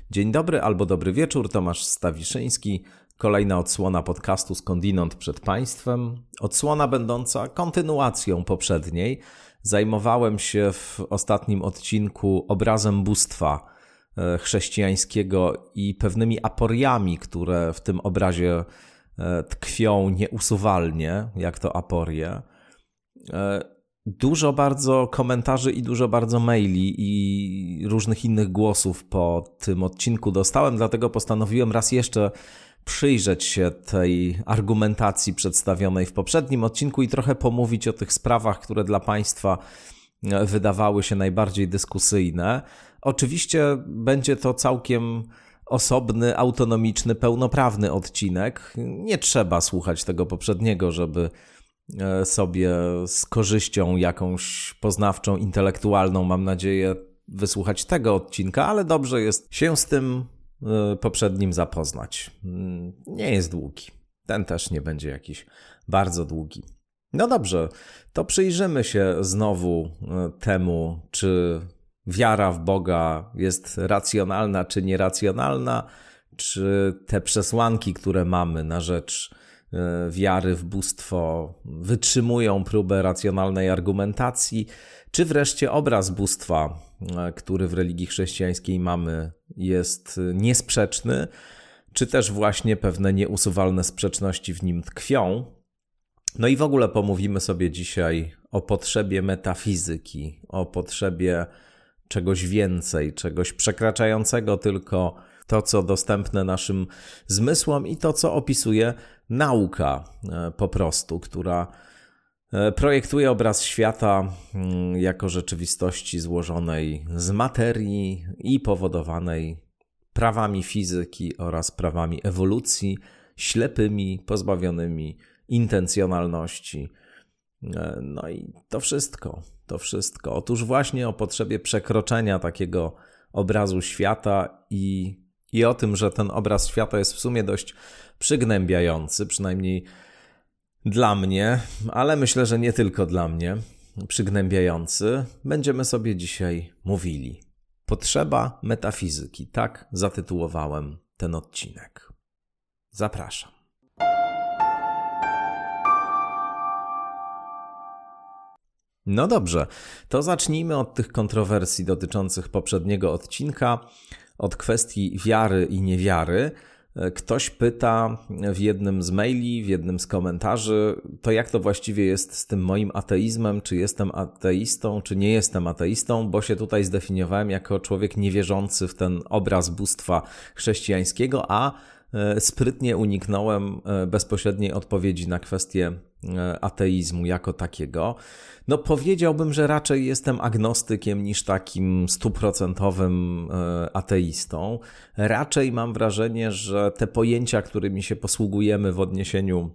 Dzień dobry albo dobry wieczór, Tomasz Stawiszyński. Kolejna odsłona podcastu Skądinąd przed Państwem. Odsłona będąca kontynuacją poprzedniej. Zajmowałem się w ostatnim odcinku obrazem bóstwa chrześcijańskiego i pewnymi aporiami, które w tym obrazie tkwią nieusuwalnie, jak to aporie. Dużo bardzo komentarzy i dużo bardzo maili i różnych innych głosów po tym odcinku dostałem, dlatego postanowiłem raz jeszcze przyjrzeć się tej argumentacji przedstawionej w poprzednim odcinku i trochę pomówić o tych sprawach, które dla Państwa wydawały się najbardziej dyskusyjne. Oczywiście będzie to całkiem osobny, autonomiczny, pełnoprawny odcinek. Nie trzeba słuchać tego poprzedniego, żeby sobie z korzyścią jakąś poznawczą, intelektualną, mam nadzieję, wysłuchać tego odcinka, ale dobrze jest się z tym poprzednim zapoznać. Nie jest długi. Ten też nie będzie jakiś bardzo długi. No dobrze, to przyjrzymy się znowu temu, czy wiara w Boga jest racjonalna, czy nieracjonalna, czy te przesłanki, które mamy na rzecz wiary w bóstwo wytrzymują próbę racjonalnej argumentacji, czy wreszcie obraz bóstwa, który w religii chrześcijańskiej mamy, jest niesprzeczny, czy też właśnie pewne nieusuwalne sprzeczności w nim tkwią. No i w ogóle pomówimy sobie dzisiaj o potrzebie metafizyki, o potrzebie czegoś więcej, czegoś przekraczającego tylko to, co dostępne naszym zmysłom i to, co opisuje nauka po prostu, która projektuje obraz świata jako rzeczywistości złożonej z materii i powodowanej prawami fizyki oraz prawami ewolucji, ślepymi, pozbawionymi intencjonalności. No i to wszystko. Otóż właśnie o potrzebie przekroczenia takiego obrazu świata i o tym, że ten obraz świata jest w sumie dość przygnębiający, przynajmniej dla mnie, ale myślę, że nie tylko dla mnie, przygnębiający, będziemy sobie dzisiaj mówili. Potrzeba metafizyki, tak zatytułowałem ten odcinek. Zapraszam. No dobrze, to zacznijmy od tych kontrowersji dotyczących poprzedniego odcinka, od kwestii wiary i niewiary. Ktoś pyta w jednym z maili, w jednym z komentarzy, to jak to właściwie jest z tym moim ateizmem, czy jestem ateistą, czy nie jestem ateistą, bo się tutaj zdefiniowałem jako człowiek niewierzący w ten obraz bóstwa chrześcijańskiego, a sprytnie uniknąłem bezpośredniej odpowiedzi na kwestię ateizmu jako takiego. No powiedziałbym, że raczej jestem agnostykiem niż takim 100% ateistą. Raczej mam wrażenie, że te pojęcia, którymi się posługujemy w odniesieniu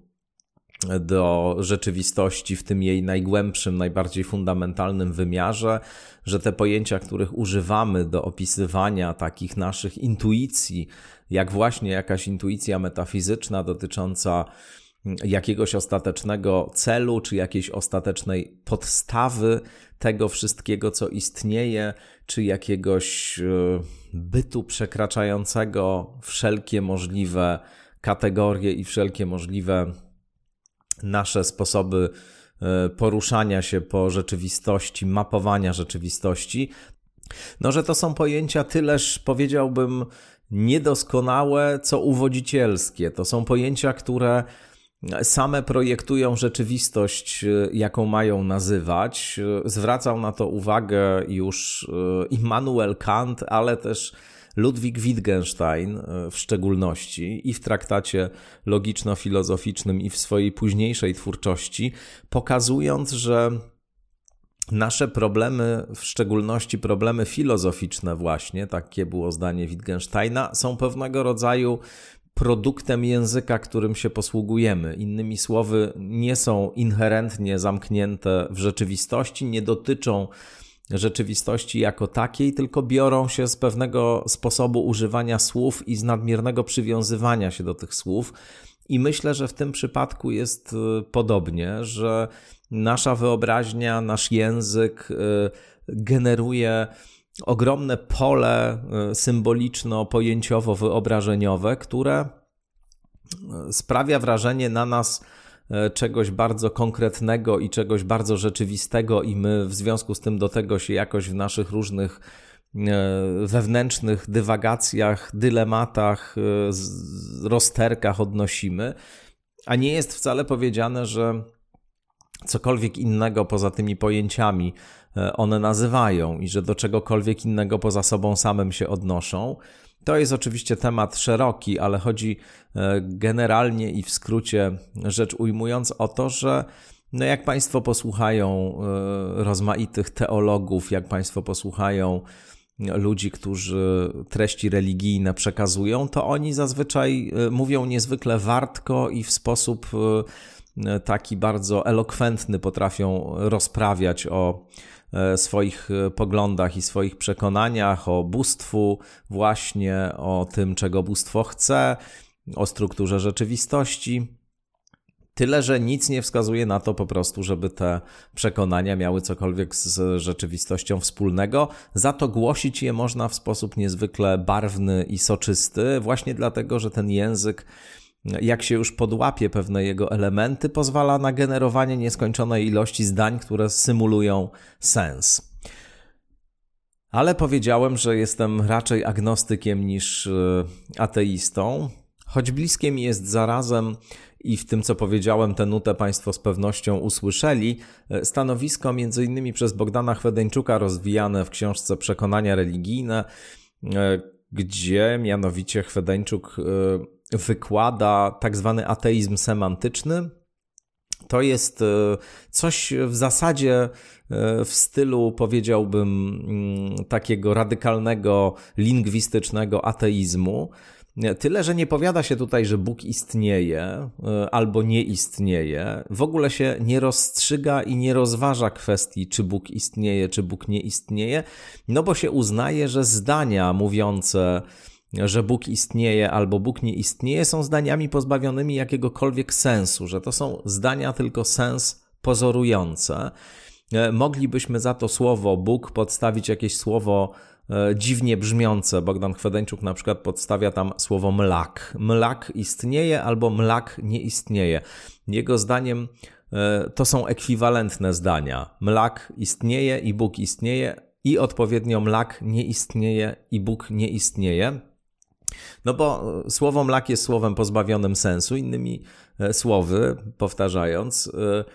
do rzeczywistości w tym jej najgłębszym, najbardziej fundamentalnym wymiarze, że te pojęcia, których używamy do opisywania takich naszych intuicji, jak właśnie jakaś intuicja metafizyczna dotycząca jakiegoś ostatecznego celu, czy jakiejś ostatecznej podstawy tego wszystkiego, co istnieje, czy jakiegoś bytu przekraczającego wszelkie możliwe kategorie i wszelkie możliwe nasze sposoby poruszania się po rzeczywistości, mapowania rzeczywistości, no że to są pojęcia tyleż, powiedziałbym, niedoskonałe, co uwodzicielskie. To są pojęcia, które same projektują rzeczywistość, jaką mają nazywać. Zwracał na to uwagę już Immanuel Kant, ale też Ludwig Wittgenstein w szczególności i w traktacie logiczno-filozoficznym i w swojej późniejszej twórczości, pokazując, że nasze problemy, w szczególności problemy filozoficzne właśnie, takie było zdanie Wittgensteina, są pewnego rodzaju produktem języka, którym się posługujemy. Innymi słowy, nie są inherentnie zamknięte w rzeczywistości, nie dotyczą rzeczywistości jako takiej, tylko biorą się z pewnego sposobu używania słów i z nadmiernego przywiązywania się do tych słów. I myślę, że w tym przypadku jest podobnie, że nasza wyobraźnia, nasz język generuje ogromne pole symboliczno-pojęciowo-wyobrażeniowe, które sprawia wrażenie na nas czegoś bardzo konkretnego i czegoś bardzo rzeczywistego i my w związku z tym do tego się jakoś w naszych różnych wewnętrznych dywagacjach, dylematach, rozterkach odnosimy, a nie jest wcale powiedziane, że cokolwiek innego poza tymi pojęciami one nazywają i że do czegokolwiek innego poza sobą samym się odnoszą. To jest oczywiście temat szeroki, ale chodzi generalnie i w skrócie rzecz ujmując o to, że jak Państwo posłuchają rozmaitych teologów, jak Państwo posłuchają ludzi, którzy treści religijne przekazują, to oni zazwyczaj mówią niezwykle wartko i w sposób taki bardzo elokwentny potrafią rozprawiać o swoich poglądach i swoich przekonaniach, o bóstwu właśnie, o tym, czego bóstwo chce, o strukturze rzeczywistości. Tyle, że nic nie wskazuje na to po prostu, żeby te przekonania miały cokolwiek z rzeczywistością wspólnego. Za to głosić je można w sposób niezwykle barwny i soczysty, właśnie dlatego, że ten język, jak się już podłapie pewne jego elementy, pozwala na generowanie nieskończonej ilości zdań, które symulują sens. Ale powiedziałem, że jestem raczej agnostykiem niż ateistą, choć bliskie mi jest zarazem i w tym, co powiedziałem, tę nutę Państwo z pewnością usłyszeli, stanowisko m.in. przez Bogdana Chwedeńczuka rozwijane w książce Przekonania religijne, gdzie mianowicie Chwedeńczuk wykłada tak zwany ateizm semantyczny. To jest coś w zasadzie w stylu, powiedziałbym, takiego radykalnego, lingwistycznego ateizmu. Tyle, że nie powiada się tutaj, że Bóg istnieje albo nie istnieje. W ogóle się nie rozstrzyga i nie rozważa kwestii, czy Bóg istnieje, czy Bóg nie istnieje, no bo się uznaje, że zdania mówiące, że Bóg istnieje albo Bóg nie istnieje, są zdaniami pozbawionymi jakiegokolwiek sensu, że to są zdania tylko sens pozorujące. Moglibyśmy za to słowo Bóg podstawić jakieś słowo dziwnie brzmiące. Bogdan Chwedeńczuk na przykład podstawia tam słowo mlak. Mlak istnieje albo mlak nie istnieje. Jego zdaniem to są ekwiwalentne zdania. Mlak istnieje i Bóg istnieje i odpowiednio mlak nie istnieje i Bóg nie istnieje. No bo słowo mlak jest słowem pozbawionym sensu. Innymi słowy, powtarzając,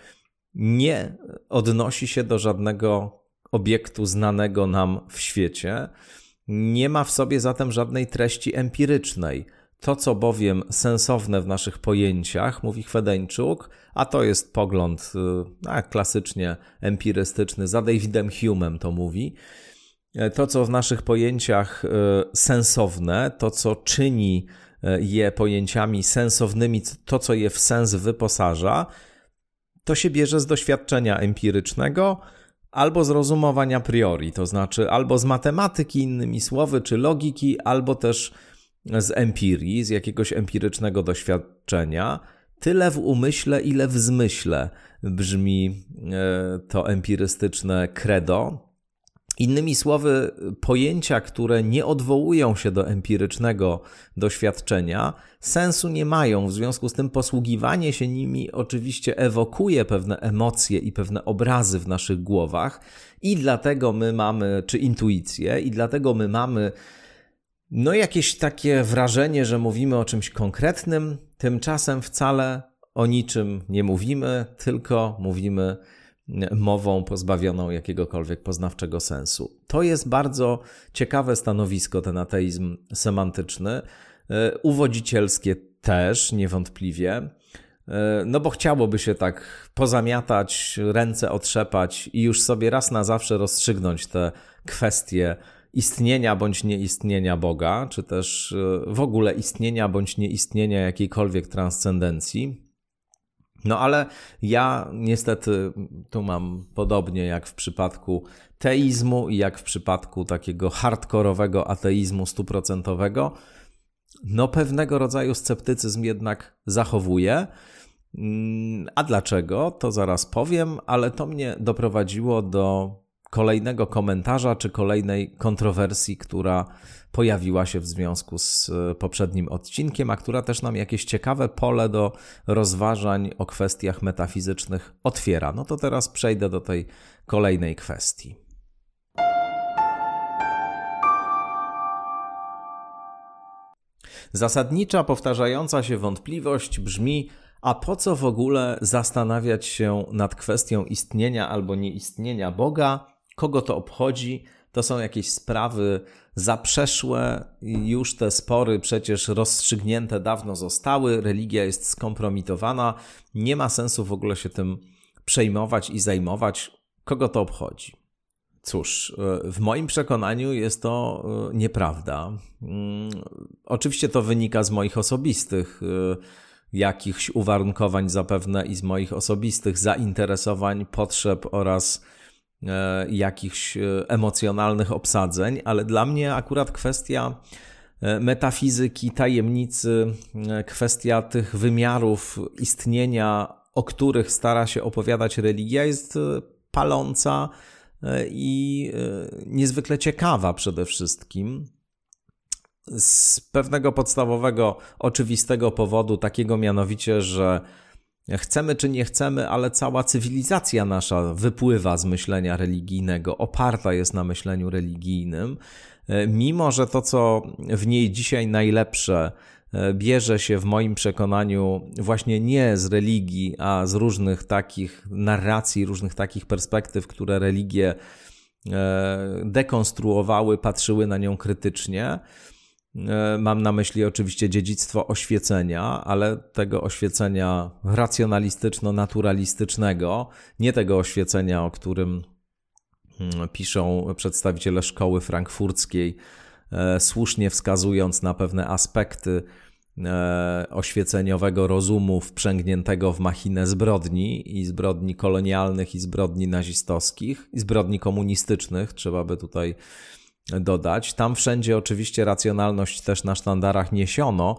nie odnosi się do żadnego obiektu znanego nam w świecie, nie ma w sobie zatem żadnej treści empirycznej. To, co bowiem sensowne w naszych pojęciach, mówi Chwedeńczuk, a to jest pogląd klasycznie empirystyczny, za Davidem Humem to mówi, to, co w naszych pojęciach sensowne, to, co czyni je pojęciami sensownymi, to, co je w sens wyposaża, to się bierze z doświadczenia empirycznego, albo z rozumowania a priori, to znaczy albo z matematyki, innymi słowy, czy logiki, albo też z empirii, z jakiegoś empirycznego doświadczenia. Tyle w umyśle, ile w zmyśle brzmi to empirystyczne credo. Innymi słowy, pojęcia, które nie odwołują się do empirycznego doświadczenia, sensu nie mają. W związku z tym posługiwanie się nimi oczywiście ewokuje pewne emocje i pewne obrazy w naszych głowach i dlatego my mamy, czy intuicję, i dlatego my mamy jakieś takie wrażenie, że mówimy o czymś konkretnym, tymczasem wcale o niczym nie mówimy, tylko mówimy mową pozbawioną jakiegokolwiek poznawczego sensu. To jest bardzo ciekawe stanowisko, ten ateizm semantyczny, uwodzicielskie też niewątpliwie, no bo chciałoby się tak pozamiatać, ręce otrzepać i już sobie raz na zawsze rozstrzygnąć te kwestie istnienia bądź nieistnienia Boga, czy też w ogóle istnienia bądź nieistnienia jakiejkolwiek transcendencji. No ale ja niestety tu mam podobnie jak w przypadku teizmu i jak w przypadku takiego hardkorowego ateizmu 100%, pewnego rodzaju sceptycyzm jednak zachowuję. A dlaczego? To zaraz powiem, ale to mnie doprowadziło do kolejnego komentarza czy kolejnej kontrowersji, która pojawiła się w związku z poprzednim odcinkiem, a która też nam jakieś ciekawe pole do rozważań o kwestiach metafizycznych otwiera. No to teraz przejdę do tej kolejnej kwestii. Zasadnicza, powtarzająca się wątpliwość brzmi: a po co w ogóle zastanawiać się nad kwestią istnienia albo nieistnienia Boga? Kogo to obchodzi? To są jakieś sprawy zaprzeszłe i już te spory przecież rozstrzygnięte dawno zostały, religia jest skompromitowana, nie ma sensu w ogóle się tym przejmować i zajmować. Kogo to obchodzi? Cóż, w moim przekonaniu jest to nieprawda. Oczywiście to wynika z moich osobistych jakichś uwarunkowań zapewne i z moich osobistych zainteresowań, potrzeb oraz jakichś emocjonalnych obsadzeń, ale dla mnie akurat kwestia metafizyki, tajemnicy, kwestia tych wymiarów istnienia, o których stara się opowiadać religia, jest paląca i niezwykle ciekawa przede wszystkim. Z pewnego podstawowego, oczywistego powodu, takiego mianowicie, że chcemy czy nie chcemy, ale cała cywilizacja nasza wypływa z myślenia religijnego, oparta jest na myśleniu religijnym, mimo że to, co w niej dzisiaj najlepsze, bierze się w moim przekonaniu właśnie nie z religii, a z różnych takich narracji, różnych takich perspektyw, które religie dekonstruowały, patrzyły na nią krytycznie. Mam na myśli oczywiście dziedzictwo oświecenia, ale tego oświecenia racjonalistyczno-naturalistycznego, nie tego oświecenia, o którym piszą przedstawiciele szkoły frankfurckiej, słusznie wskazując na pewne aspekty oświeceniowego rozumu wprzęgniętego w machinę zbrodni i zbrodni kolonialnych, i zbrodni nazistowskich, i zbrodni komunistycznych, trzeba by tutaj dodać. Tam wszędzie oczywiście racjonalność też na sztandarach niesiono,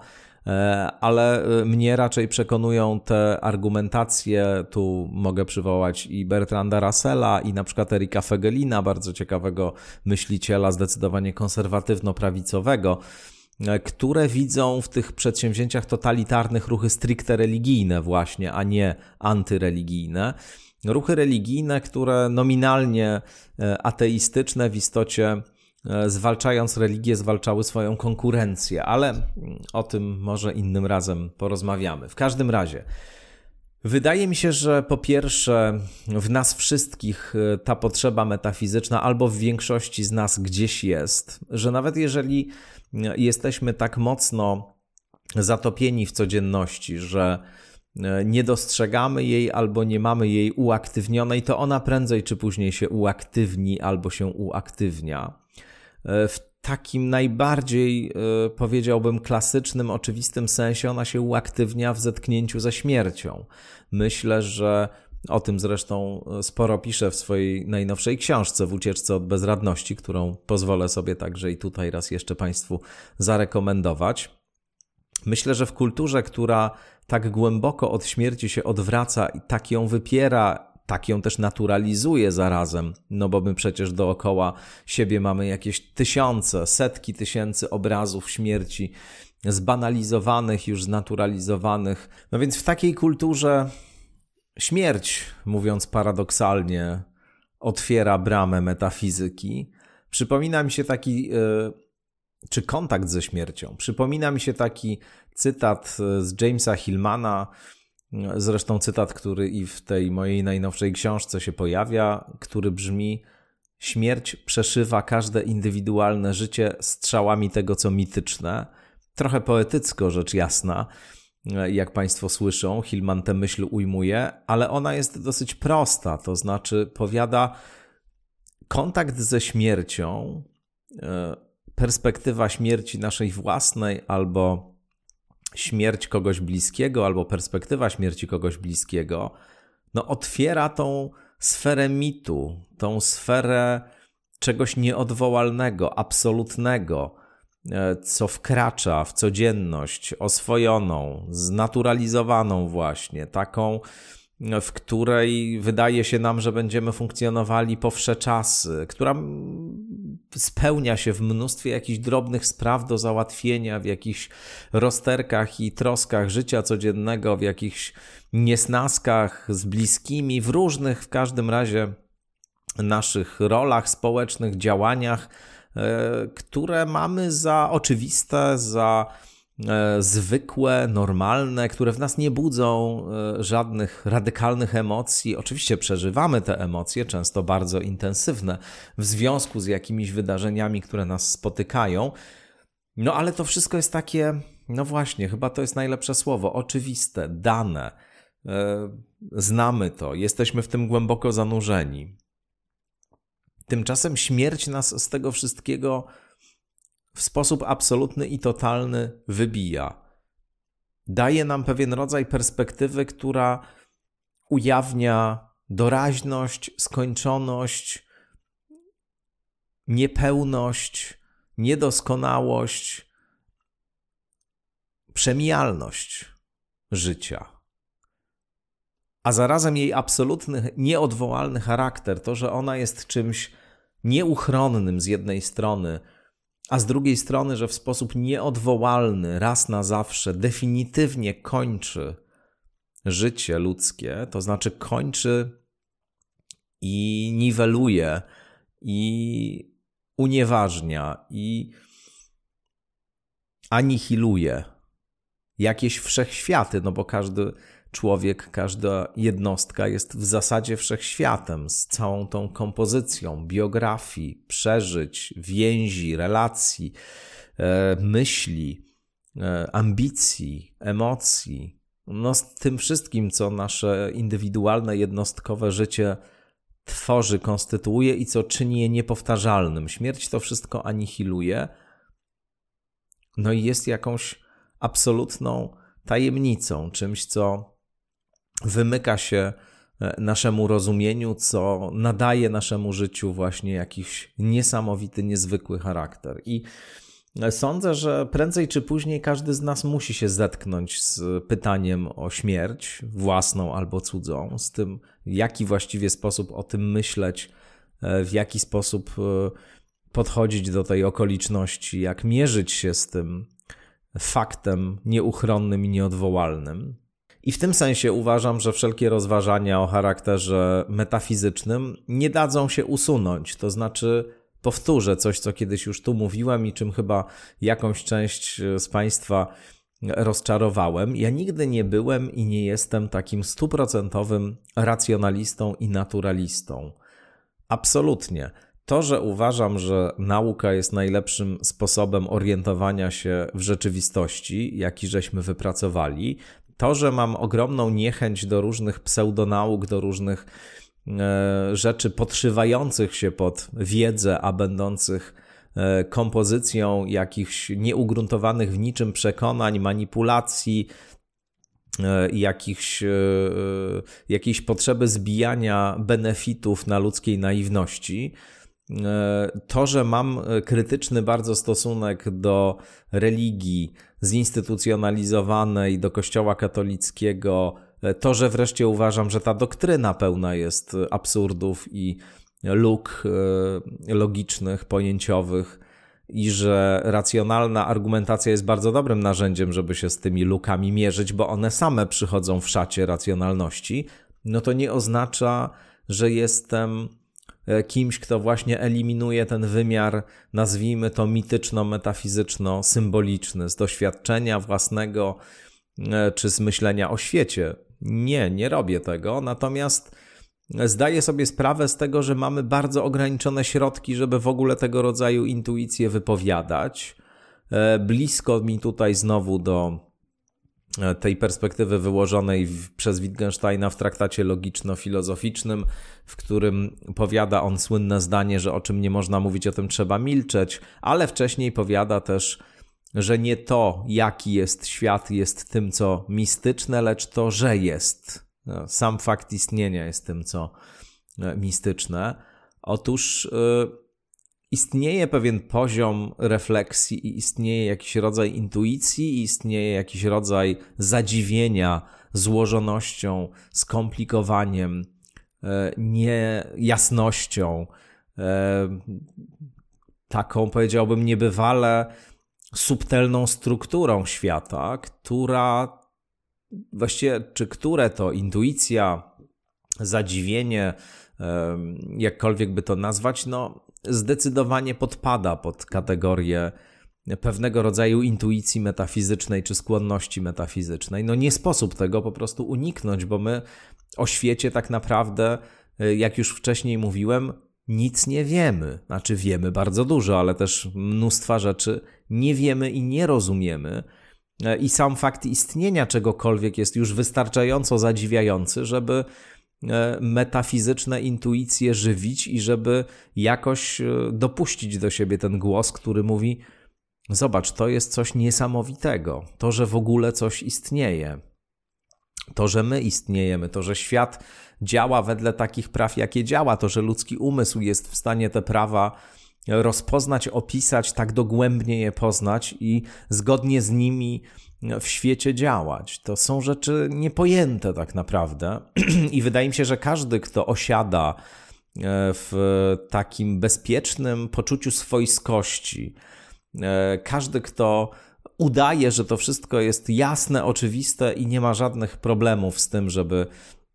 ale mnie raczej przekonują te argumentacje, tu mogę przywołać i Bertranda Russella, i na przykład Erika Fegelina, bardzo ciekawego myśliciela, zdecydowanie konserwatywno-prawicowego, które widzą w tych przedsięwzięciach totalitarnych ruchy stricte religijne właśnie, a nie antyreligijne. Ruchy religijne, które nominalnie ateistyczne w istocie, zwalczając religię, zwalczały swoją konkurencję, ale o tym może innym razem porozmawiamy. W każdym razie, wydaje mi się, że po pierwsze w nas wszystkich ta potrzeba metafizyczna albo w większości z nas gdzieś jest, że nawet jeżeli jesteśmy tak mocno zatopieni w codzienności, że nie dostrzegamy jej albo nie mamy jej uaktywnionej, to ona prędzej czy później się uaktywni albo się uaktywnia. W takim najbardziej, powiedziałbym, klasycznym, oczywistym sensie ona się uaktywnia w zetknięciu ze śmiercią. Myślę, że o tym zresztą sporo piszę w swojej najnowszej książce W ucieczce od bezradności, którą pozwolę sobie także i tutaj raz jeszcze Państwu zarekomendować. Myślę, że w kulturze, która tak głęboko od śmierci się odwraca i tak ją wypiera, tak ją też naturalizuje zarazem, no bo my przecież dookoła siebie mamy jakieś tysiące, setki tysięcy obrazów śmierci zbanalizowanych, już znaturalizowanych. No więc w takiej kulturze śmierć, mówiąc paradoksalnie, otwiera bramę metafizyki. Przypomina mi się taki, czy kontakt ze śmiercią, przypomina mi się taki cytat z Jamesa Hillmana, zresztą cytat, który i w tej mojej najnowszej książce się pojawia, który brzmi: śmierć przeszywa każde indywidualne życie strzałami tego, co mityczne. Trochę poetycko, rzecz jasna, jak Państwo słyszą, Hillman tę myśl ujmuje, ale ona jest dosyć prosta, to znaczy powiada: kontakt ze śmiercią, perspektywa śmierci naszej własnej albo śmierć kogoś bliskiego, albo perspektywa śmierci kogoś bliskiego, no otwiera tą sferę mitu, tą sferę czegoś nieodwołalnego, absolutnego, co wkracza w codzienność oswojoną, znaturalizowaną właśnie, taką w której wydaje się nam, że będziemy funkcjonowali po wsze czasy, która spełnia się w mnóstwie jakichś drobnych spraw do załatwienia, w jakichś rozterkach i troskach życia codziennego, w jakichś niesnaskach z bliskimi, w różnych w każdym razie naszych rolach społecznych, działaniach, które mamy za oczywiste, za zwykłe, normalne, które w nas nie budzą żadnych radykalnych emocji. Oczywiście przeżywamy te emocje, często bardzo intensywne, w związku z jakimiś wydarzeniami, które nas spotykają. No ale to wszystko jest takie, no właśnie, chyba to jest najlepsze słowo, oczywiste, dane. Znamy to, jesteśmy w tym głęboko zanurzeni. Tymczasem śmierć nas z tego wszystkiego w sposób absolutny i totalny wybija. Daje nam pewien rodzaj perspektywy, która ujawnia doraźność, skończoność, niepełność, niedoskonałość, przemijalność życia. A zarazem jej absolutny, nieodwołalny charakter, to, że ona jest czymś nieuchronnym z jednej strony, a z drugiej strony, że w sposób nieodwołalny, raz na zawsze, definitywnie kończy życie ludzkie, to znaczy kończy i niweluje, i unieważnia, i anihiluje jakieś wszechświaty, no bo każdy człowiek, każda jednostka jest w zasadzie wszechświatem z całą tą kompozycją biografii, przeżyć, więzi, relacji, myśli, ambicji, emocji. No z tym wszystkim, co nasze indywidualne, jednostkowe życie tworzy, konstytuuje i co czyni je niepowtarzalnym. Śmierć to wszystko anihiluje, no i jest jakąś absolutną tajemnicą, czymś, co wymyka się naszemu rozumieniu, co nadaje naszemu życiu właśnie jakiś niesamowity, niezwykły charakter. I sądzę, że prędzej czy później każdy z nas musi się zetknąć z pytaniem o śmierć, własną albo cudzą, z tym, w jaki właściwie sposób o tym myśleć, w jaki sposób podchodzić do tej okoliczności, jak mierzyć się z tym faktem nieuchronnym i nieodwołalnym. I w tym sensie uważam, że wszelkie rozważania o charakterze metafizycznym nie dadzą się usunąć. To znaczy, powtórzę coś, co kiedyś już tu mówiłem i czym chyba jakąś część z Państwa rozczarowałem. Ja nigdy nie byłem i nie jestem takim 100% racjonalistą i naturalistą. Absolutnie. To, że uważam, że nauka jest najlepszym sposobem orientowania się w rzeczywistości, jaki żeśmy wypracowali, to, że mam ogromną niechęć do różnych pseudonauk, do różnych rzeczy podszywających się pod wiedzę, a będących kompozycją jakichś nieugruntowanych w niczym przekonań, manipulacji, jakiejś potrzeby zbijania benefitów na ludzkiej naiwności. To, że mam krytyczny bardzo stosunek do religii zinstytucjonalizowanej, do Kościoła katolickiego, to, że wreszcie uważam, że ta doktryna pełna jest absurdów i luk logicznych, pojęciowych i że racjonalna argumentacja jest bardzo dobrym narzędziem, żeby się z tymi lukami mierzyć, bo one same przychodzą w szacie racjonalności, no to nie oznacza, że jestem kimś, kto właśnie eliminuje ten wymiar, nazwijmy to mityczno-metafizyczno-symboliczny z doświadczenia własnego czy z myślenia o świecie. Nie robię tego, natomiast zdaję sobie sprawę z tego, że mamy bardzo ograniczone środki, żeby w ogóle tego rodzaju intuicje wypowiadać. Blisko mi tutaj znowu do tej perspektywy wyłożonej przez Wittgensteina w traktacie logiczno-filozoficznym, w którym powiada on słynne zdanie, że o czym nie można mówić, o tym trzeba milczeć, ale wcześniej powiada też, że nie to, jaki jest świat, jest tym, co mistyczne, lecz to, że jest. Sam fakt istnienia jest tym, co mistyczne. Otóż istnieje pewien poziom refleksji i istnieje jakiś rodzaj intuicji i istnieje jakiś rodzaj zadziwienia złożonością, skomplikowaniem, niejasnością, taką, powiedziałbym, niebywale subtelną strukturą świata, która właściwie, czy które to intuicja, zadziwienie, jakkolwiek by to nazwać, no zdecydowanie podpada pod kategorię pewnego rodzaju intuicji metafizycznej czy skłonności metafizycznej. No nie sposób tego po prostu uniknąć, bo my o świecie tak naprawdę, jak już wcześniej mówiłem, nic nie wiemy. Znaczy wiemy bardzo dużo, ale też mnóstwa rzeczy nie wiemy i nie rozumiemy. I sam fakt istnienia czegokolwiek jest już wystarczająco zadziwiający, żeby metafizyczne intuicje żywić i żeby jakoś dopuścić do siebie ten głos, który mówi: zobacz, to jest coś niesamowitego, to, że w ogóle coś istnieje, to, że my istniejemy, to, że świat działa wedle takich praw, jakie działa, to, że ludzki umysł jest w stanie te prawa rozpoznać, opisać, tak dogłębnie je poznać i zgodnie z nimi w świecie działać. To są rzeczy niepojęte tak naprawdę i wydaje mi się, że każdy, kto osiada w takim bezpiecznym poczuciu swojskości, każdy, kto udaje, że to wszystko jest jasne, oczywiste i nie ma żadnych problemów z tym, żeby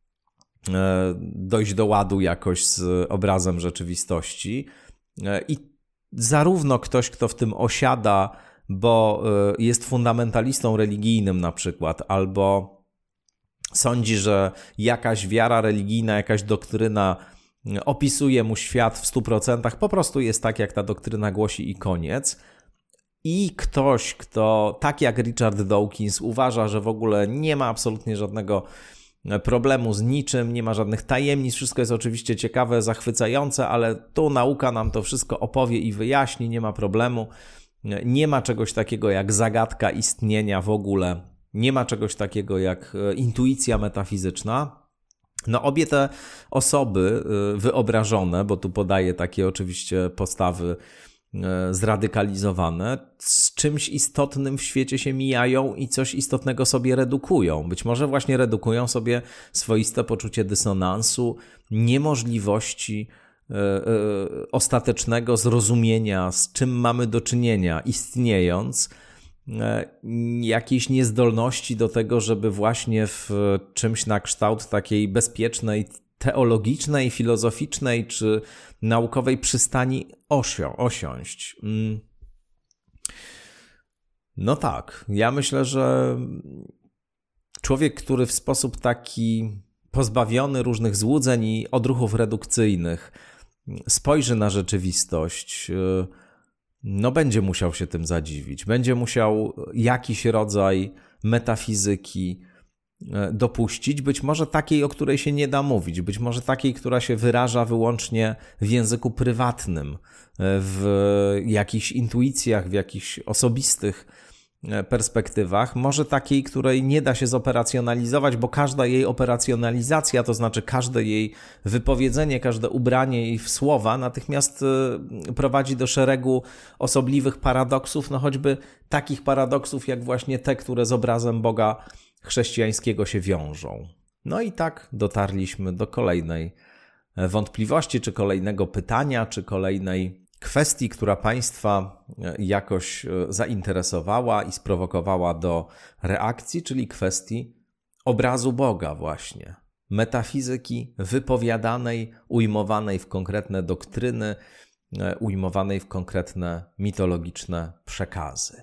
dojść do ładu jakoś z obrazem rzeczywistości. I zarówno ktoś, kto w tym osiada, bo jest fundamentalistą religijnym na przykład, albo sądzi, że jakaś wiara religijna, jakaś doktryna opisuje mu świat w 100%, po prostu jest tak, jak ta doktryna głosi i koniec. I ktoś, kto tak jak Richard Dawkins uważa, że w ogóle nie ma absolutnie żadnego problemu z niczym, nie ma żadnych tajemnic, wszystko jest oczywiście ciekawe, zachwycające, ale tu nauka nam to wszystko opowie i wyjaśni, nie ma problemu. Nie ma czegoś takiego jak zagadka istnienia w ogóle, nie ma czegoś takiego jak intuicja metafizyczna. No obie te osoby wyobrażone, bo tu podaję takie oczywiście postawy zradykalizowane, z czymś istotnym w świecie się mijają i coś istotnego sobie redukują. Być może właśnie redukują sobie swoiste poczucie dysonansu, niemożliwości ostatecznego zrozumienia, z czym mamy do czynienia istniejąc, jakiejś niezdolności do tego, żeby właśnie w czymś na kształt takiej bezpiecznej, teologicznej, filozoficznej czy naukowej przystani osiąść. No tak, ja myślę, że człowiek, który w sposób taki pozbawiony różnych złudzeń i odruchów redukcyjnych spojrzy na rzeczywistość, no będzie musiał się tym zadziwić, będzie musiał jakiś rodzaj metafizyki dopuścić, być może takiej, o której się nie da mówić, być może takiej, która się wyraża wyłącznie w języku prywatnym, w jakichś intuicjach, w jakichś osobistych perspektywach, może takiej, której nie da się zoperacjonalizować, bo każda jej operacjonalizacja, to znaczy każde jej wypowiedzenie, każde ubranie jej w słowa natychmiast prowadzi do szeregu osobliwych paradoksów, no choćby takich paradoksów jak właśnie te, które z obrazem Boga chrześcijańskiego się wiążą. No i tak dotarliśmy do kolejnej wątpliwości, czy kolejnego pytania, czy kolejnej kwestii, która Państwa jakoś zainteresowała i sprowokowała do reakcji, czyli kwestii obrazu Boga właśnie. Metafizyki wypowiadanej, ujmowanej w konkretne doktryny, ujmowanej w konkretne mitologiczne przekazy.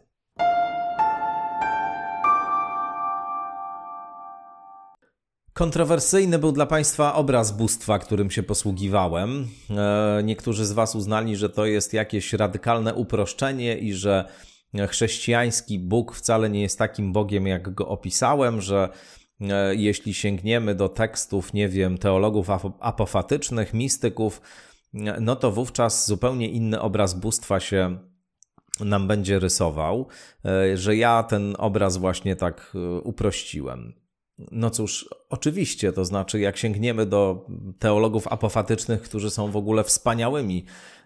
Kontrowersyjny był dla Państwa obraz bóstwa, którym się posługiwałem. Niektórzy z Was uznali, że to jest jakieś radykalne uproszczenie i że chrześcijański Bóg wcale nie jest takim Bogiem, jak go opisałem, że jeśli sięgniemy do tekstów, nie wiem, teologów apofatycznych, mistyków, no to wówczas zupełnie inny obraz bóstwa się nam będzie rysował, że ja ten obraz właśnie tak uprościłem. No cóż, oczywiście, to znaczy jak sięgniemy do teologów apofatycznych, którzy są w ogóle wspaniałymi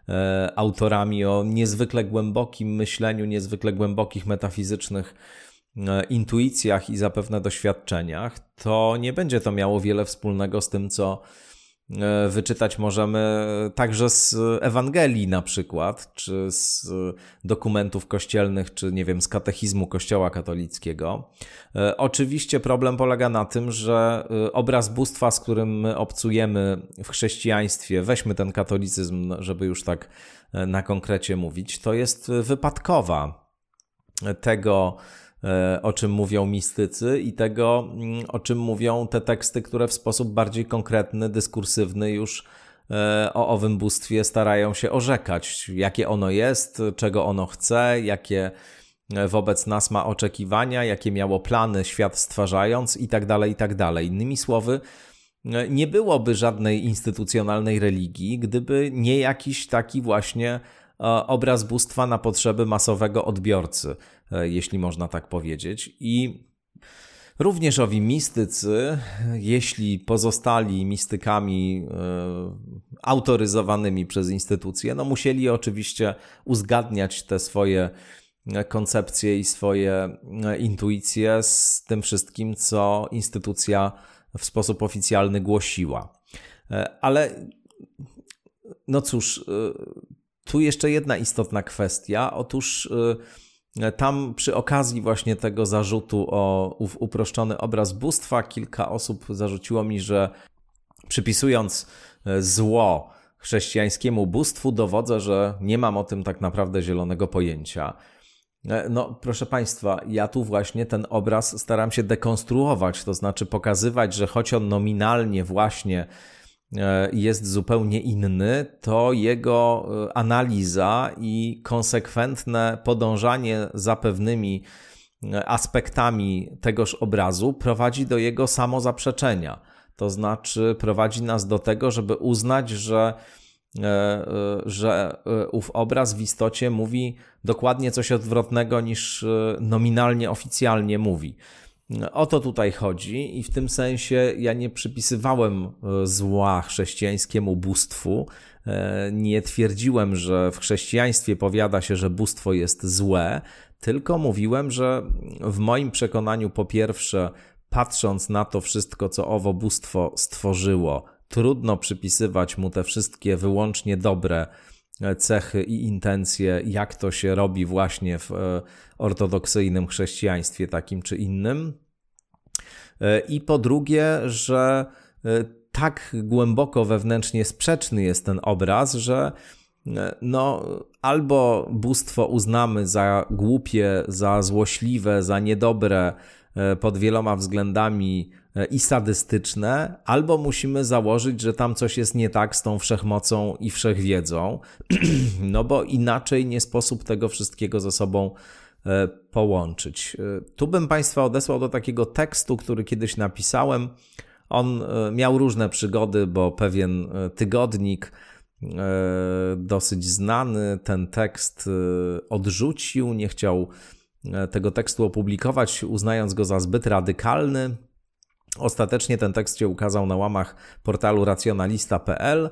autorami o niezwykle głębokim myśleniu, niezwykle głębokich metafizycznych intuicjach i zapewne doświadczeniach, to nie będzie to miało wiele wspólnego z tym, co wyczytać możemy także z Ewangelii na przykład, czy z dokumentów kościelnych, czy nie wiem, z katechizmu Kościoła katolickiego. Oczywiście problem polega na tym, że obraz bóstwa, z którym my obcujemy w chrześcijaństwie, weźmy ten katolicyzm, żeby już tak na konkrecie mówić, to jest wypadkowa tego, o czym mówią mistycy i tego, o czym mówią te teksty, które w sposób bardziej konkretny, dyskursywny już o owym bóstwie starają się orzekać, jakie ono jest, czego ono chce, jakie wobec nas ma oczekiwania, jakie miało plany świat stwarzając i tak dalej, i tak dalej. Innymi słowy, nie byłoby żadnej instytucjonalnej religii, gdyby nie jakiś taki właśnie obraz bóstwa na potrzeby masowego odbiorcy, jeśli można tak powiedzieć. I również owi mistycy, jeśli pozostali mistykami autoryzowanymi przez instytucje, no musieli oczywiście uzgadniać te swoje koncepcje i swoje intuicje z tym wszystkim, co instytucja w sposób oficjalny głosiła. Ale no cóż, tu jeszcze jedna istotna kwestia. Otóż tam przy okazji właśnie tego zarzutu o uproszczony obraz bóstwa kilka osób zarzuciło mi, że przypisując zło chrześcijańskiemu bóstwu dowodzę, że nie mam o tym tak naprawdę zielonego pojęcia. No proszę Państwa, ja tu właśnie ten obraz staram się dekonstruować, to znaczy pokazywać, że choć on nominalnie właśnie jest zupełnie inny, to jego analiza i konsekwentne podążanie za pewnymi aspektami tegoż obrazu prowadzi do jego samozaprzeczenia. To znaczy prowadzi nas do tego, żeby uznać, że ów obraz w istocie mówi dokładnie coś odwrotnego niż nominalnie, oficjalnie mówi. O to tutaj chodzi i w tym sensie ja nie przypisywałem zła chrześcijańskiemu bóstwu, nie twierdziłem, że w chrześcijaństwie powiada się, że bóstwo jest złe, tylko mówiłem, że w moim przekonaniu po pierwsze, patrząc na to wszystko, co owo bóstwo stworzyło, trudno przypisywać mu te wszystkie wyłącznie dobre cechy i intencje, jak to się robi właśnie w ortodoksyjnym chrześcijaństwie takim czy innym. I po drugie, że tak głęboko wewnętrznie sprzeczny jest ten obraz, że no, albo bóstwo uznamy za głupie, za złośliwe, za niedobre pod wieloma względami i sadystyczne, albo musimy założyć, że tam coś jest nie tak z tą wszechmocą i wszechwiedzą, no bo inaczej nie sposób tego wszystkiego ze sobą połączyć. Tu bym Państwa odesłał do takiego tekstu, który kiedyś napisałem. On miał różne przygody, bo pewien tygodnik dosyć znany ten tekst odrzucił, nie chciał tego tekstu opublikować, uznając go za zbyt radykalny. Ostatecznie ten tekst się ukazał na łamach portalu racjonalista.pl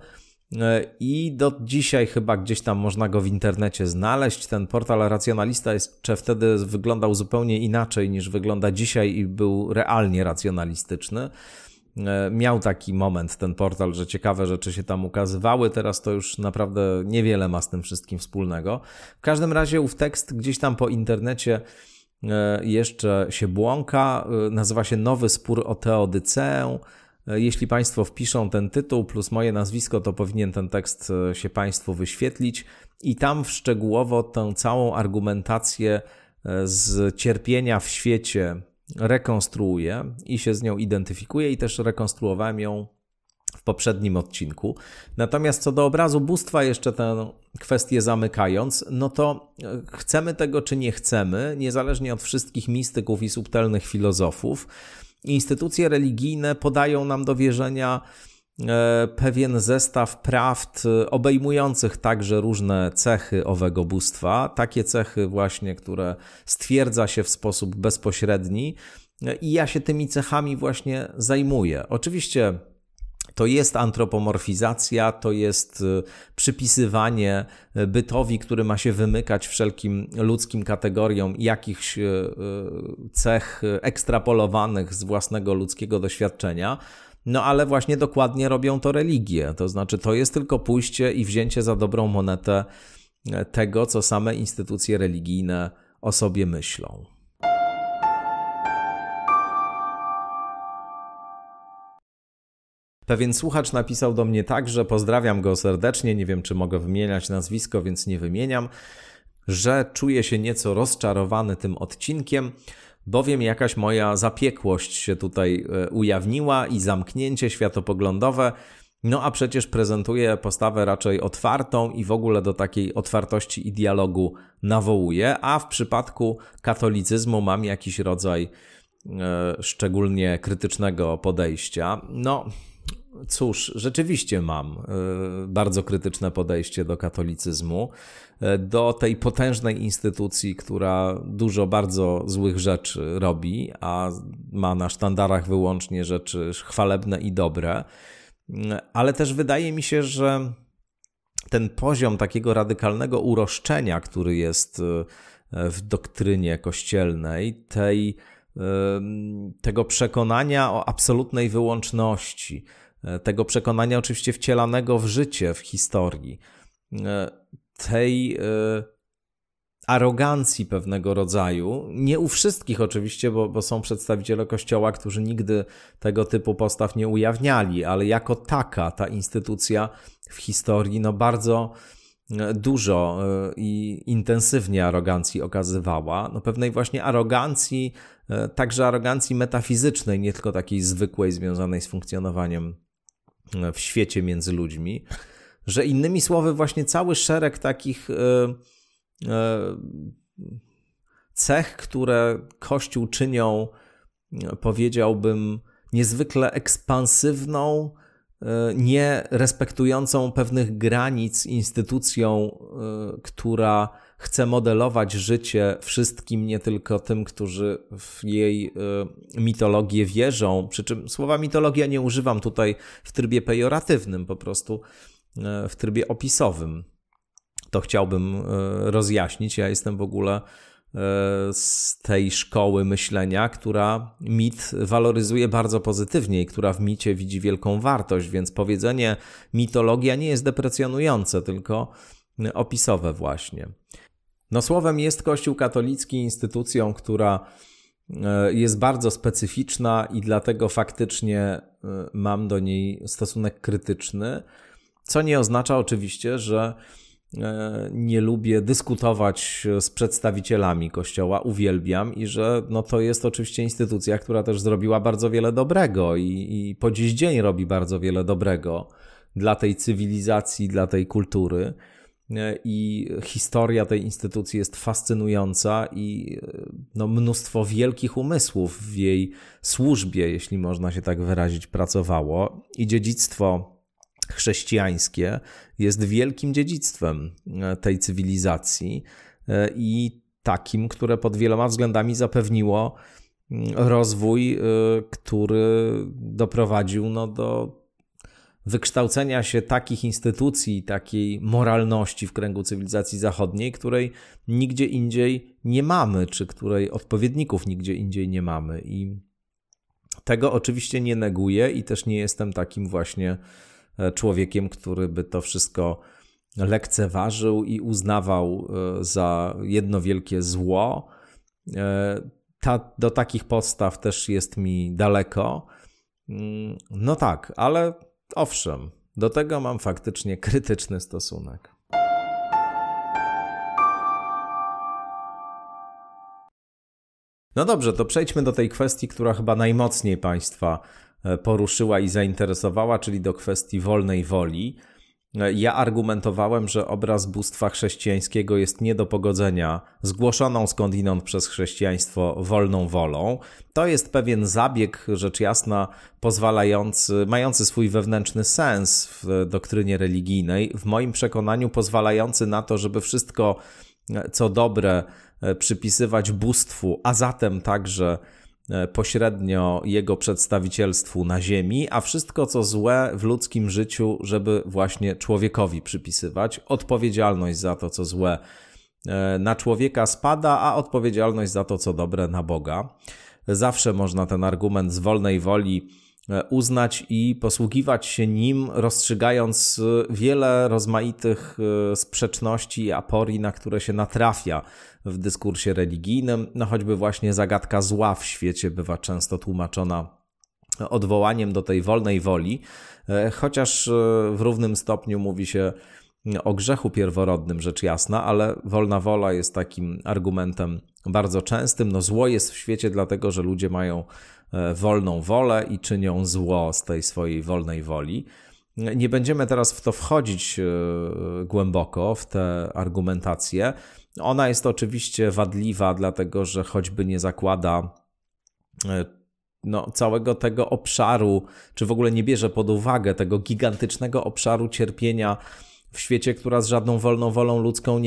i do dzisiaj chyba gdzieś tam można go w internecie znaleźć. Ten portal Racjonalista jeszcze wtedy wyglądał zupełnie inaczej niż wygląda dzisiaj i był realnie racjonalistyczny. Miał taki moment ten portal, że ciekawe rzeczy się tam ukazywały, teraz to już naprawdę niewiele ma z tym wszystkim wspólnego. W każdym razie ów tekst gdzieś tam po internecie jeszcze się błąka, nazywa się Nowy spór o Teodyceę. Jeśli Państwo wpiszą ten tytuł plus moje nazwisko, to powinien ten tekst się Państwu wyświetlić i tam szczegółowo tę całą argumentację z cierpienia w świecie rekonstruuję i się z nią identyfikuję i też rekonstruowałem ją w poprzednim odcinku. Natomiast co do obrazu bóstwa, jeszcze tę kwestię zamykając, no to chcemy tego czy nie chcemy, niezależnie od wszystkich mistyków i subtelnych filozofów, instytucje religijne podają nam do wierzenia pewien zestaw prawd obejmujących także różne cechy owego bóstwa, takie cechy właśnie, które stwierdza się w sposób bezpośredni i ja się tymi cechami właśnie zajmuję. Oczywiście To jest antropomorfizacja, to jest przypisywanie bytowi, który ma się wymykać wszelkim ludzkim kategoriom jakichś cech ekstrapolowanych z własnego ludzkiego doświadczenia. No ale właśnie dokładnie robią to religie. To znaczy to jest tylko pójście i wzięcie za dobrą monetę tego, co same instytucje religijne o sobie myślą. Pewien słuchacz napisał do mnie tak, że pozdrawiam go serdecznie, nie wiem czy mogę wymieniać nazwisko, więc nie wymieniam, że czuję się nieco rozczarowany tym odcinkiem, bowiem jakaś moja zapiekłość się tutaj ujawniła i zamknięcie światopoglądowe, no a przecież prezentuję postawę raczej otwartą i w ogóle do takiej otwartości i dialogu nawołuję, a w przypadku katolicyzmu mam jakiś rodzaj szczególnie krytycznego podejścia. No cóż, rzeczywiście mam bardzo krytyczne podejście do katolicyzmu, do tej potężnej instytucji, która dużo bardzo złych rzeczy robi, a ma na sztandarach wyłącznie rzeczy chwalebne i dobre, ale też wydaje mi się, że ten poziom takiego radykalnego uroszczenia, który jest w doktrynie kościelnej, tego przekonania o absolutnej wyłączności, tego przekonania oczywiście wcielanego w życie, w historii, tej arogancji pewnego rodzaju, nie u wszystkich oczywiście, bo są przedstawiciele Kościoła, którzy nigdy tego typu postaw nie ujawniali, ale jako taka ta instytucja w historii bardzo dużo i intensywnie arogancji okazywała, pewnej właśnie arogancji, także arogancji metafizycznej, nie tylko takiej zwykłej, związanej z funkcjonowaniem w świecie między ludźmi, że innymi słowy właśnie cały szereg takich cech, które Kościół czynią, powiedziałbym, niezwykle ekspansywną, nie respektującą pewnych granic instytucją, która chce modelować życie wszystkim, nie tylko tym, którzy w jej mitologię wierzą. Przy czym słowa mitologia nie używam tutaj w trybie pejoratywnym, po prostu w trybie opisowym. To chciałbym rozjaśnić. Ja jestem w ogóle z tej szkoły myślenia, która mit waloryzuje bardzo pozytywnie i która w micie widzi wielką wartość, więc powiedzenie mitologia nie jest deprecjonujące, tylko opisowe właśnie. Słowem jest Kościół katolicki instytucją, która jest bardzo specyficzna i dlatego faktycznie mam do niej stosunek krytyczny, co nie oznacza oczywiście, że nie lubię dyskutować z przedstawicielami Kościoła, uwielbiam i że to jest oczywiście instytucja, która też zrobiła bardzo wiele dobrego i po dziś dzień robi bardzo wiele dobrego dla tej cywilizacji, dla tej kultury. I historia tej instytucji jest fascynująca i mnóstwo wielkich umysłów w jej służbie, jeśli można się tak wyrazić, pracowało i dziedzictwo chrześcijańskie jest wielkim dziedzictwem tej cywilizacji i takim, które pod wieloma względami zapewniło rozwój, który doprowadził do wykształcenia się takich instytucji, takiej moralności w kręgu cywilizacji zachodniej, której nigdzie indziej nie mamy, czy której odpowiedników nigdzie indziej nie mamy. I tego oczywiście nie neguję i też nie jestem takim właśnie człowiekiem, który by to wszystko lekceważył i uznawał za jedno wielkie zło. Do takich postaw też jest mi daleko. Tak, ale owszem, do tego mam faktycznie krytyczny stosunek. Dobrze, to przejdźmy do tej kwestii, która chyba najmocniej Państwa poruszyła i zainteresowała, czyli do kwestii wolnej woli. Ja argumentowałem, że obraz bóstwa chrześcijańskiego jest nie do pogodzenia z głoszoną skądinąd przez chrześcijaństwo wolną wolą. To jest pewien zabieg, rzecz jasna, mający swój wewnętrzny sens w doktrynie religijnej, w moim przekonaniu pozwalający na to, żeby wszystko, co dobre, przypisywać bóstwu, a zatem także pośrednio jego przedstawicielstwu na ziemi, a wszystko co złe w ludzkim życiu, żeby właśnie człowiekowi przypisywać. Odpowiedzialność za to, co złe na człowieka spada, a odpowiedzialność za to, co dobre na Boga. Zawsze można ten argument z wolnej woli uznać i posługiwać się nim, rozstrzygając wiele rozmaitych sprzeczności i aporii, na które się natrafia w dyskursie religijnym. No choćby właśnie zagadka zła w świecie bywa często tłumaczona odwołaniem do tej wolnej woli, chociaż w równym stopniu mówi się o grzechu pierworodnym, rzecz jasna, ale wolna wola jest takim argumentem bardzo częstym. No zło jest w świecie dlatego, że ludzie mają wolną wolę i czynią zło z tej swojej wolnej woli. Nie będziemy teraz w to wchodzić głęboko, w tę argumentację. Ona jest oczywiście wadliwa, dlatego że choćby nie zakłada całego tego obszaru, czy w ogóle nie bierze pod uwagę tego gigantycznego obszaru cierpienia w świecie, które z żadną wolną wolą ludzką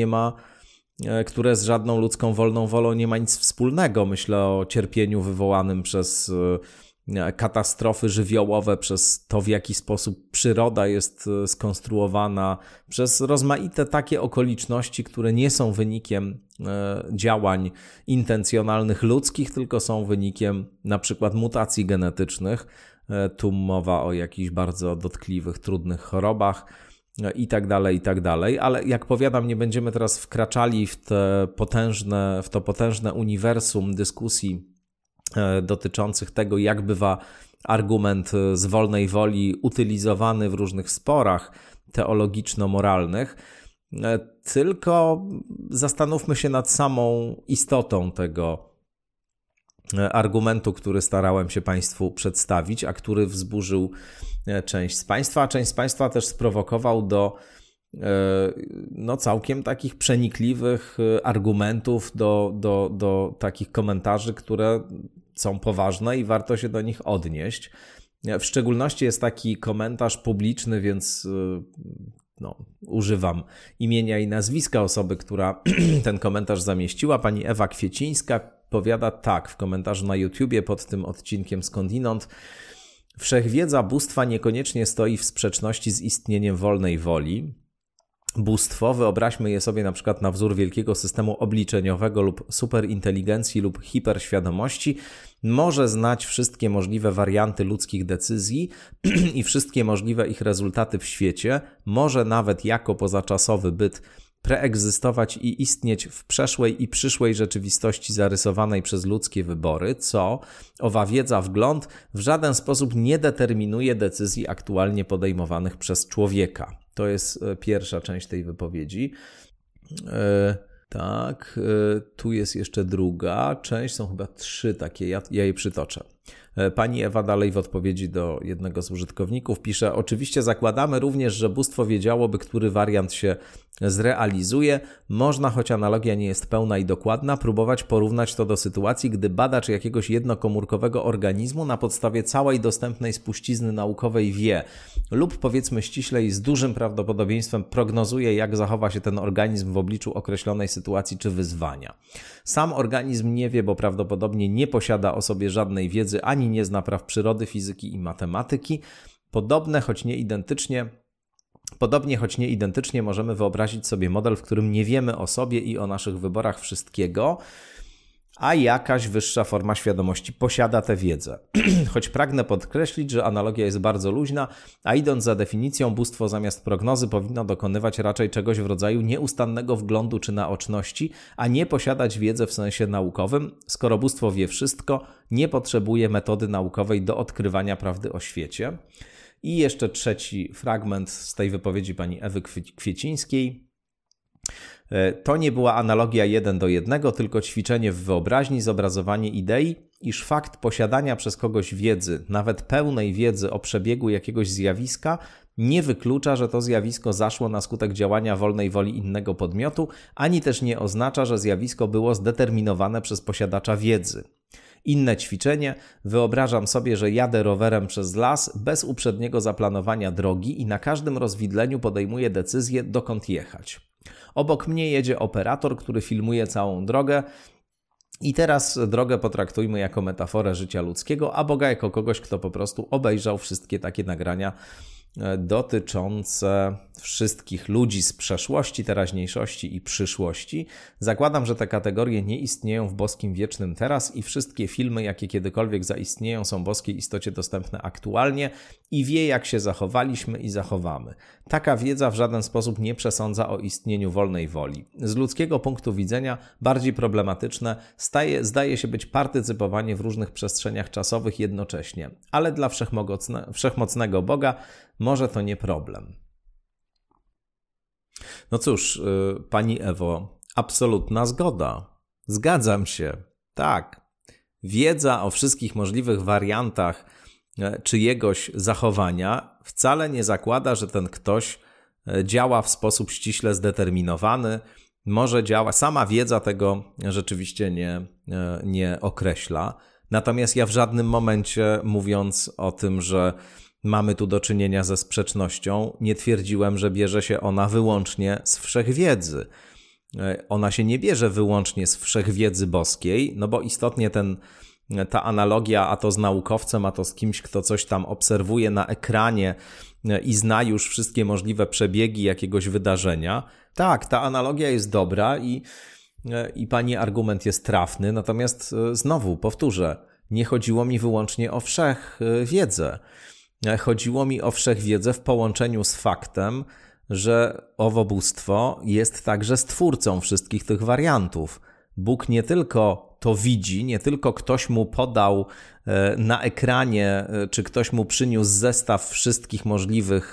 nie ma nic wspólnego. Myślę o cierpieniu wywołanym przez katastrofy żywiołowe, przez to, w jaki sposób przyroda jest skonstruowana, przez rozmaite takie okoliczności, które nie są wynikiem działań intencjonalnych ludzkich, tylko są wynikiem na przykład mutacji genetycznych. Tu mowa o jakichś bardzo dotkliwych, trudnych chorobach i tak dalej, ale jak powiadam, nie będziemy teraz wkraczali w to potężne uniwersum dyskusji dotyczących tego, jak bywa argument z wolnej woli utylizowany w różnych sporach teologiczno-moralnych, tylko zastanówmy się nad samą istotą tego argumentu, który starałem się Państwu przedstawić, a który wzburzył część z Państwa, a część z Państwa też sprowokował do całkiem takich przenikliwych argumentów, do takich komentarzy, które są poważne i warto się do nich odnieść. W szczególności jest taki komentarz publiczny, więc używam imienia i nazwiska osoby, która ten komentarz zamieściła. Pani Ewa Kwiecińska powiada tak w komentarzu na YouTubie pod tym odcinkiem Skądinąd. Wszechwiedza bóstwa niekoniecznie stoi w sprzeczności z istnieniem wolnej woli. Bóstwo, wyobraźmy je sobie na przykład na wzór wielkiego systemu obliczeniowego lub superinteligencji lub hiperświadomości, może znać wszystkie możliwe warianty ludzkich decyzji i wszystkie możliwe ich rezultaty w świecie, może nawet jako pozaczasowy byt preegzystować i istnieć w przeszłej i przyszłej rzeczywistości zarysowanej przez ludzkie wybory, co, owa wiedza, wgląd w żaden sposób nie determinuje decyzji aktualnie podejmowanych przez człowieka. To jest pierwsza część tej wypowiedzi. Tu jest jeszcze druga część, są chyba 3 takie, ja je przytoczę. Pani Ewa dalej w odpowiedzi do jednego z użytkowników pisze: oczywiście zakładamy również, że bóstwo wiedziałoby, który wariant się zrealizuje. Można, choć analogia nie jest pełna i dokładna, próbować porównać to do sytuacji, gdy badacz jakiegoś jednokomórkowego organizmu na podstawie całej dostępnej spuścizny naukowej wie, lub powiedzmy ściślej z dużym prawdopodobieństwem prognozuje, jak zachowa się ten organizm w obliczu określonej sytuacji czy wyzwania. Sam organizm nie wie, bo prawdopodobnie nie posiada o sobie żadnej wiedzy, ani nie zna praw przyrody, fizyki i matematyki. Podobnie, choć nie identycznie możemy wyobrazić sobie model, w którym nie wiemy o sobie i o naszych wyborach wszystkiego, a jakaś wyższa forma świadomości posiada tę wiedzę. Choć pragnę podkreślić, że analogia jest bardzo luźna, a idąc za definicją, bóstwo zamiast prognozy powinno dokonywać raczej czegoś w rodzaju nieustannego wglądu czy naoczności, a nie posiadać wiedzę w sensie naukowym. Skoro bóstwo wie wszystko, nie potrzebuje metody naukowej do odkrywania prawdy o świecie. I jeszcze trzeci fragment z tej wypowiedzi pani Ewy Kwiecińskiej. To nie była analogia 1:1, tylko ćwiczenie w wyobraźni, zobrazowanie idei, iż fakt posiadania przez kogoś wiedzy, nawet pełnej wiedzy o przebiegu jakiegoś zjawiska, nie wyklucza, że to zjawisko zaszło na skutek działania wolnej woli innego podmiotu, ani też nie oznacza, że zjawisko było zdeterminowane przez posiadacza wiedzy. Inne ćwiczenie. Wyobrażam sobie, że jadę rowerem przez las bez uprzedniego zaplanowania drogi i na każdym rozwidleniu podejmuję decyzję, dokąd jechać. Obok mnie jedzie operator, który filmuje całą drogę I teraz drogę potraktujmy jako metaforę życia ludzkiego, a Boga jako kogoś, kto po prostu obejrzał wszystkie takie nagrania dotyczące wszystkich ludzi z przeszłości, teraźniejszości i przyszłości. Zakładam, że te kategorie nie istnieją w boskim wiecznym teraz i wszystkie filmy, jakie kiedykolwiek zaistnieją, są boskiej istocie dostępne aktualnie i wie, jak się zachowaliśmy i zachowamy. Taka wiedza w żaden sposób nie przesądza o istnieniu wolnej woli. Z ludzkiego punktu widzenia bardziej problematyczne zdaje się być partycypowanie w różnych przestrzeniach czasowych jednocześnie, ale dla wszechmocnego Boga może to nie problem. No cóż, pani Ewo, absolutna zgoda. Zgadzam się. Tak. Wiedza o wszystkich możliwych wariantach czyjegoś zachowania wcale nie zakłada, że ten ktoś działa w sposób ściśle zdeterminowany. Może działa, sama wiedza tego rzeczywiście nie określa. Natomiast ja w żadnym momencie, mówiąc o tym, że mamy tu do czynienia ze sprzecznością, nie twierdziłem, że bierze się ona wyłącznie z wszechwiedzy. Ona się nie bierze wyłącznie z wszechwiedzy boskiej, no bo istotnie ta analogia, a to z naukowcem, a to z kimś, kto coś tam obserwuje na ekranie i zna już wszystkie możliwe przebiegi jakiegoś wydarzenia. Tak, ta analogia jest dobra i pani argument jest trafny, natomiast znowu powtórzę, nie chodziło mi wyłącznie o wszechwiedzę. Chodziło mi o wszechwiedzę w połączeniu z faktem, że owo bóstwo jest także stwórcą wszystkich tych wariantów. Bóg nie tylko to widzi, nie tylko ktoś mu podał na ekranie, czy ktoś mu przyniósł zestaw wszystkich możliwych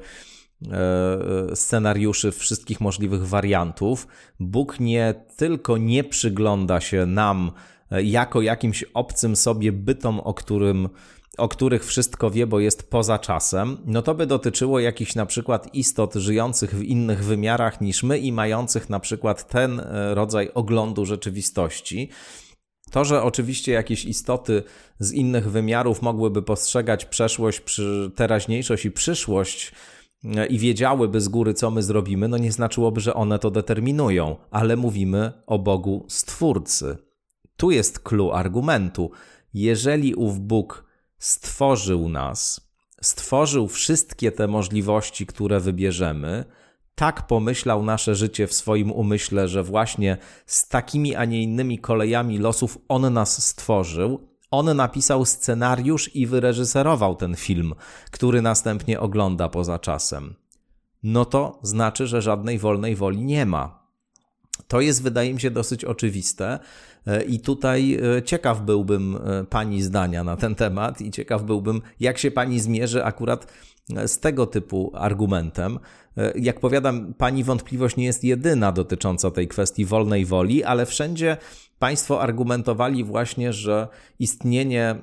scenariuszy, wszystkich możliwych wariantów. Bóg nie tylko nie przygląda się nam jako jakimś obcym sobie bytom, o których wszystko wie, bo jest poza czasem, no to by dotyczyło jakichś na przykład istot żyjących w innych wymiarach niż my i mających na przykład ten rodzaj oglądu rzeczywistości. To, że oczywiście jakieś istoty z innych wymiarów mogłyby postrzegać przeszłość, teraźniejszość i przyszłość i wiedziałyby z góry, co my zrobimy, no nie znaczyłoby, że one to determinują, ale mówimy o Bogu Stwórcy. Tu jest clou argumentu. Jeżeli ów Bóg stworzył nas, stworzył wszystkie te możliwości, które wybierzemy, tak pomyślał nasze życie w swoim umyśle, że właśnie z takimi, a nie innymi kolejami losów On nas stworzył, On napisał scenariusz i wyreżyserował ten film, który następnie ogląda poza czasem. No to znaczy, że żadnej wolnej woli nie ma. To jest, wydaje mi się, dosyć oczywiste i tutaj ciekaw byłbym pani zdania na ten temat i ciekaw byłbym, jak się pani zmierzy akurat z tego typu argumentem. Jak powiadam, pani wątpliwość nie jest jedyna dotycząca tej kwestii wolnej woli, ale wszędzie państwo argumentowali właśnie, że istnienie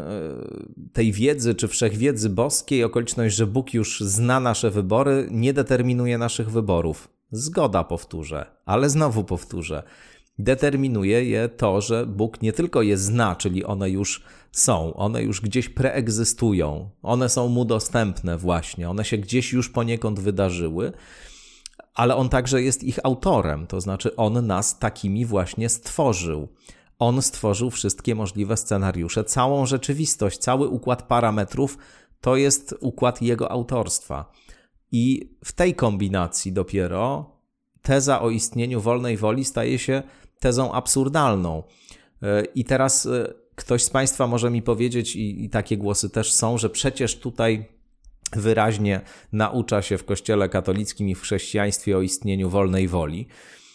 tej wiedzy czy wszechwiedzy boskiej, okoliczność, że Bóg już zna nasze wybory, nie determinuje naszych wyborów. Zgoda, powtórzę, ale znowu powtórzę. Determinuje je to, że Bóg nie tylko je zna, czyli one już są, one już gdzieś preegzystują, one są mu dostępne właśnie, one się gdzieś już poniekąd wydarzyły, ale on także jest ich autorem, to znaczy on nas takimi właśnie stworzył. On stworzył wszystkie możliwe scenariusze, całą rzeczywistość, cały układ parametrów to jest układ jego autorstwa. I w tej kombinacji dopiero teza o istnieniu wolnej woli staje się tezą absurdalną. I teraz ktoś z państwa może mi powiedzieć, i takie głosy też są, że przecież tutaj wyraźnie naucza się w Kościele katolickim i w chrześcijaństwie o istnieniu wolnej woli.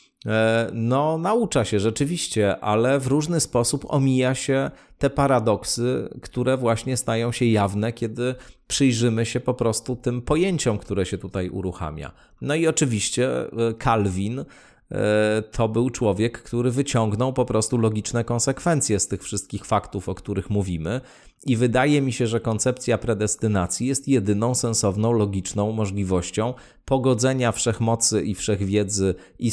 No, naucza się rzeczywiście, ale w różny sposób omija się te paradoksy, które właśnie stają się jawne, kiedy przyjrzymy się po prostu tym pojęciom, które się tutaj uruchamia. No i oczywiście Calvin to był człowiek, który wyciągnął po prostu logiczne konsekwencje z tych wszystkich faktów, o których mówimy i wydaje mi się, że koncepcja predestynacji jest jedyną sensowną, logiczną możliwością pogodzenia wszechmocy i wszechwiedzy i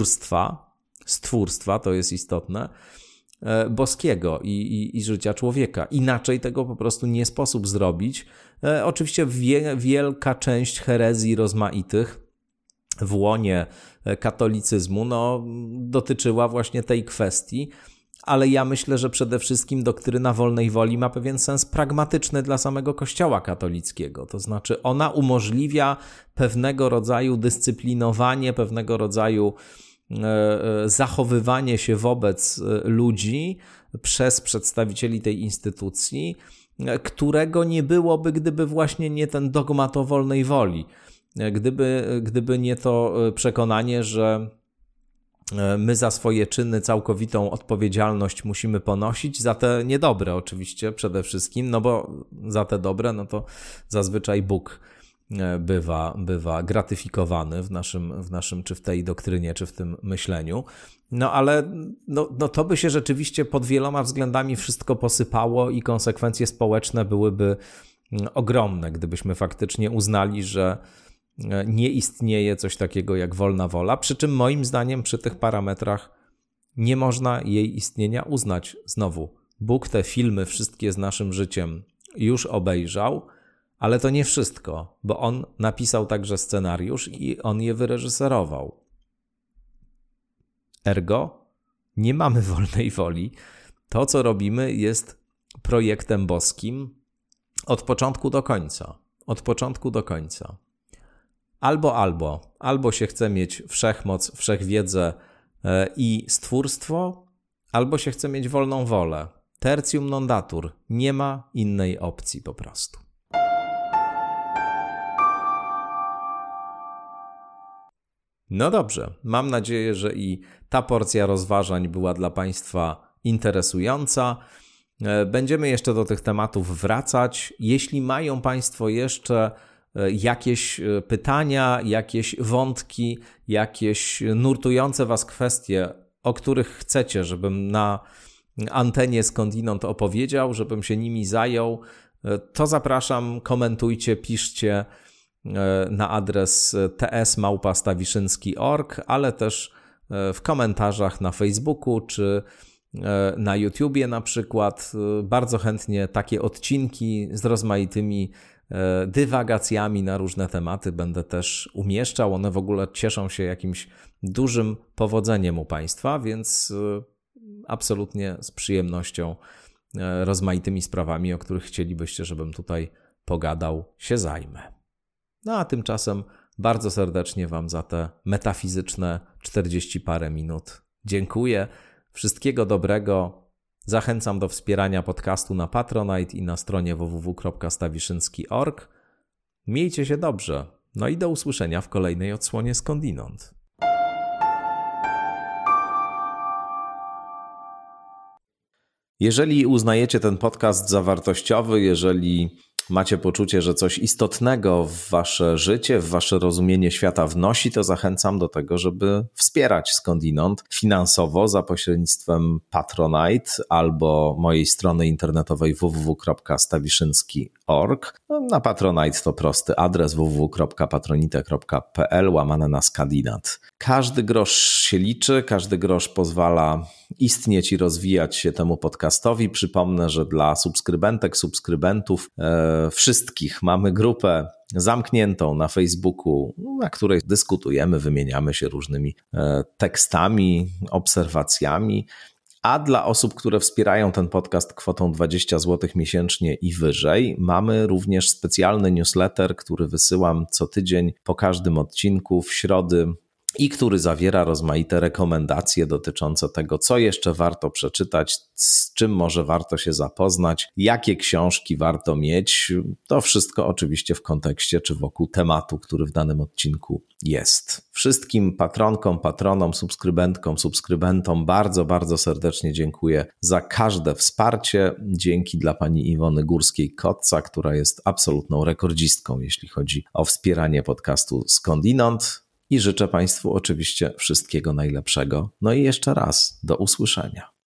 stwórstwa, to jest istotne, boskiego i życia człowieka. Inaczej tego po prostu nie sposób zrobić. Oczywiście wielka część herezji rozmaitych w łonie katolicyzmu dotyczyła właśnie tej kwestii, ale ja myślę, że przede wszystkim doktryna wolnej woli ma pewien sens pragmatyczny dla samego Kościoła katolickiego. To znaczy ona umożliwia pewnego rodzaju dyscyplinowanie, pewnego rodzaju zachowywanie się wobec ludzi przez przedstawicieli tej instytucji, którego nie byłoby, gdyby właśnie nie ten dogmat o wolnej woli. Gdyby nie to przekonanie, że my za swoje czyny całkowitą odpowiedzialność musimy ponosić, za te niedobre oczywiście przede wszystkim, no bo za te dobre, no to zazwyczaj Bóg bywa gratyfikowany w naszym czy w tej doktrynie, czy w tym myśleniu. No ale to by się rzeczywiście pod wieloma względami wszystko posypało i konsekwencje społeczne byłyby ogromne, gdybyśmy faktycznie uznali, że nie istnieje coś takiego jak wolna wola, przy czym moim zdaniem przy tych parametrach nie można jej istnienia uznać. Znowu, Bóg te filmy wszystkie z naszym życiem już obejrzał, ale to nie wszystko, bo On napisał także scenariusz i On je wyreżyserował. Ergo, nie mamy wolnej woli. To, co robimy, jest projektem boskim od początku do końca. Od początku do końca. Albo się chce mieć wszechmoc, wszechwiedzę i stwórstwo, albo się chce mieć wolną wolę. Tertium non datur. Nie ma innej opcji po prostu. No dobrze, mam nadzieję, że i ta porcja rozważań była dla Państwa interesująca. Będziemy jeszcze do tych tematów wracać. Jeśli mają Państwo jeszcze jakieś pytania, jakieś wątki, jakieś nurtujące Was kwestie, o których chcecie, żebym na antenie skądinąd opowiedział, żebym się nimi zajął, to zapraszam, komentujcie, piszcie na adres ts@stawiszynski.org, ale też w komentarzach na Facebooku czy na YouTubie na przykład. Bardzo chętnie takie odcinki z rozmaitymi dywagacjami na różne tematy będę też umieszczał. One w ogóle cieszą się jakimś dużym powodzeniem u Państwa, więc absolutnie z przyjemnością rozmaitymi sprawami, o których chcielibyście, żebym tutaj pogadał, się zajmę. No a tymczasem bardzo serdecznie Wam za te metafizyczne 40 parę minut dziękuję. Wszystkiego dobrego. Zachęcam do wspierania podcastu na Patronite i na stronie www.stawiszynski.org. Miejcie się dobrze. No i do usłyszenia w kolejnej odsłonie Skądinąd. Jeżeli uznajecie ten podcast za wartościowy, jeżeli macie poczucie, że coś istotnego w Wasze życie, w Wasze rozumienie świata wnosi, to zachęcam do tego, żeby wspierać Skądinąd finansowo za pośrednictwem Patronite albo mojej strony internetowej www.stawiszynski.org. Na Patronite to prosty adres www.patronite.pl/skandinat. Każdy grosz się liczy, każdy grosz pozwala istnieć i rozwijać się temu podcastowi. Przypomnę, że dla subskrybentek, subskrybentów wszystkich mamy grupę zamkniętą na Facebooku, na której dyskutujemy, wymieniamy się różnymi tekstami, obserwacjami. A dla osób, które wspierają ten podcast kwotą 20 zł miesięcznie i wyżej, mamy również specjalny newsletter, który wysyłam co tydzień po każdym odcinku w środy i który zawiera rozmaite rekomendacje dotyczące tego, co jeszcze warto przeczytać, z czym może warto się zapoznać, jakie książki warto mieć. To wszystko oczywiście w kontekście czy wokół tematu, który w danym odcinku jest. Wszystkim patronkom, patronom, subskrybentkom, subskrybentom bardzo, bardzo serdecznie dziękuję za każde wsparcie. Dzięki dla pani Iwony Górskiej-Kotca, która jest absolutną rekordzistką, jeśli chodzi o wspieranie podcastu Skądinąd. I życzę Państwu oczywiście wszystkiego najlepszego. No i jeszcze raz do usłyszenia.